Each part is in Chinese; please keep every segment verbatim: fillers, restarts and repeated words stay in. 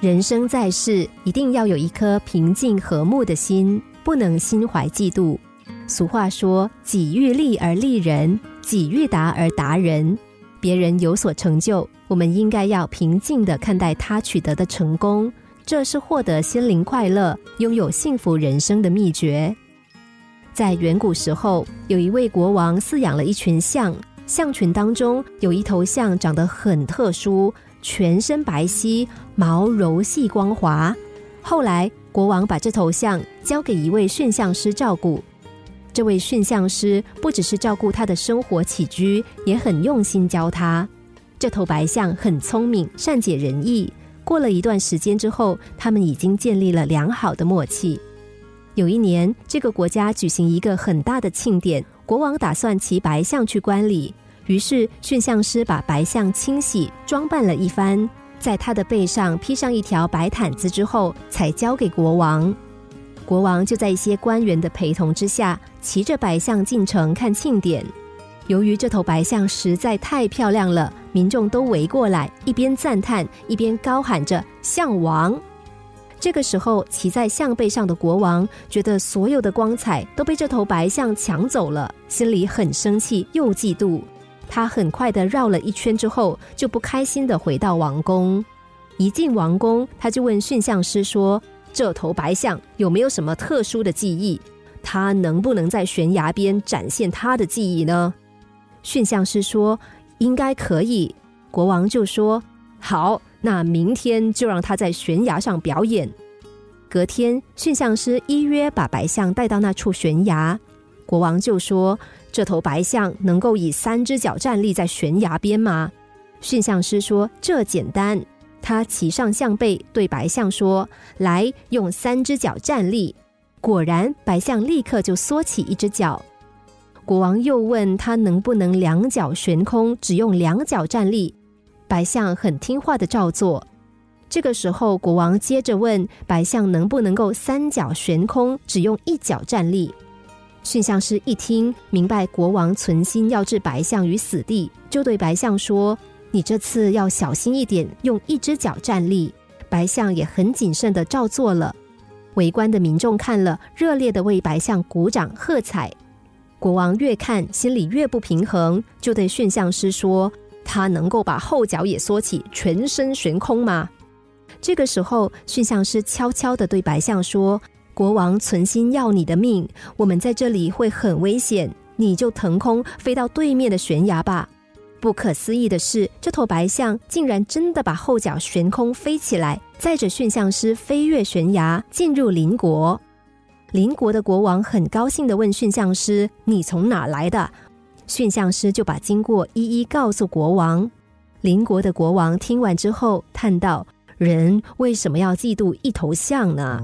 人生在世，一定要有一颗平静和睦的心，不能心怀嫉妒。俗话说，己欲立而立人，己欲达而达人。别人有所成就，我们应该要平静地看待他取得的成功，这是获得心灵快乐、拥有幸福人生的秘诀。在远古时候，有一位国王饲养了一群象，象群当中有一头象长得很特殊，全身白皙，毛柔细光滑。后来国王把这头象交给一位驯象师照顾，这位驯象师不只是照顾他的生活起居，也很用心教他。这头白象很聪明，善解人意，过了一段时间之后，他们已经建立了良好的默契。有一年，这个国家举行一个很大的庆典，国王打算骑白象去观礼，于是驯象师把白象清洗装扮了一番，在他的背上披上一条白毯子之后，才交给国王。国王就在一些官员的陪同之下，骑着白象进城看庆典。由于这头白象实在太漂亮了，民众都围过来，一边赞叹，一边高喊着象王。这个时候，骑在象背上的国王觉得所有的光彩都被这头白象抢走了，心里很生气又嫉妒。他很快地绕了一圈之后，就不开心地回到王宫。一进王宫，他就问驯象师说，这头白象有没有什么特殊的技艺？他能不能在悬崖边展现他的技艺呢？驯象师说，应该可以。国王就说，好，那明天就让他在悬崖上表演。隔天，驯象师依约把白象带到那处悬崖。国王就说，这头白象能够以三只脚站立在悬崖边吗？驯象师说，这简单。他骑上象背，对白象说，来，用三只脚站立。果然，白象立刻就缩起一只脚。国王又问他能不能两脚悬空，只用两脚站立。白象很听话的照做。这个时候，国王接着问白象能不能够三脚悬空，只用一脚站立。驯象师一听明白国王存心要置白象于死地，就对白象说，你这次要小心一点，用一只脚站立。白象也很谨慎地照做了。围观的民众看了，热烈地为白象鼓掌喝彩。国王越看心里越不平衡，就对驯象师说，他能够把后脚也缩起，全身悬空吗？这个时候，驯象师悄悄地对白象说，国王存心要你的命，我们在这里会很危险，你就腾空飞到对面的悬崖吧。不可思议的是，这头白象竟然真的把后脚悬空飞起来，载着驯象师飞越悬崖，进入邻国。邻国的国王很高兴地问驯象师，你从哪来的？驯象师就把经过一一告诉国王。邻国的国王听完之后叹道，人为什么要嫉妒一头象呢？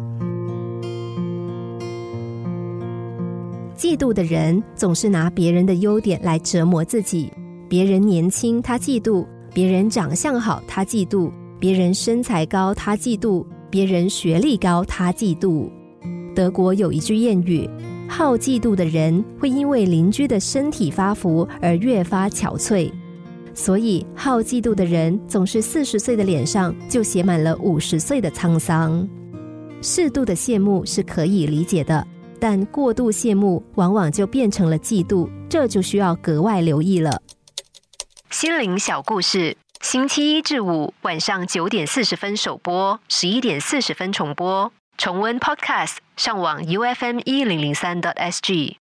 嫉妒的人总是拿别人的优点来折磨自己。别人年轻他嫉妒，别人长相好他嫉妒，别人身材高他嫉妒，别人学历高他嫉妒。德国有一句谚语，好嫉妒的人会因为邻居的身体发福而越发憔悴。所以好嫉妒的人总是四十岁的脸上就写满了五十岁的沧桑。适度的羡慕是可以理解的，但过度羡慕往往就变成了嫉妒，这就需要格外留意了。心灵小故事，星期一至五晚上九点四十分首播，十一点四十分重播。重温 Podcast， 上网 U F M 一零零三 点 S G。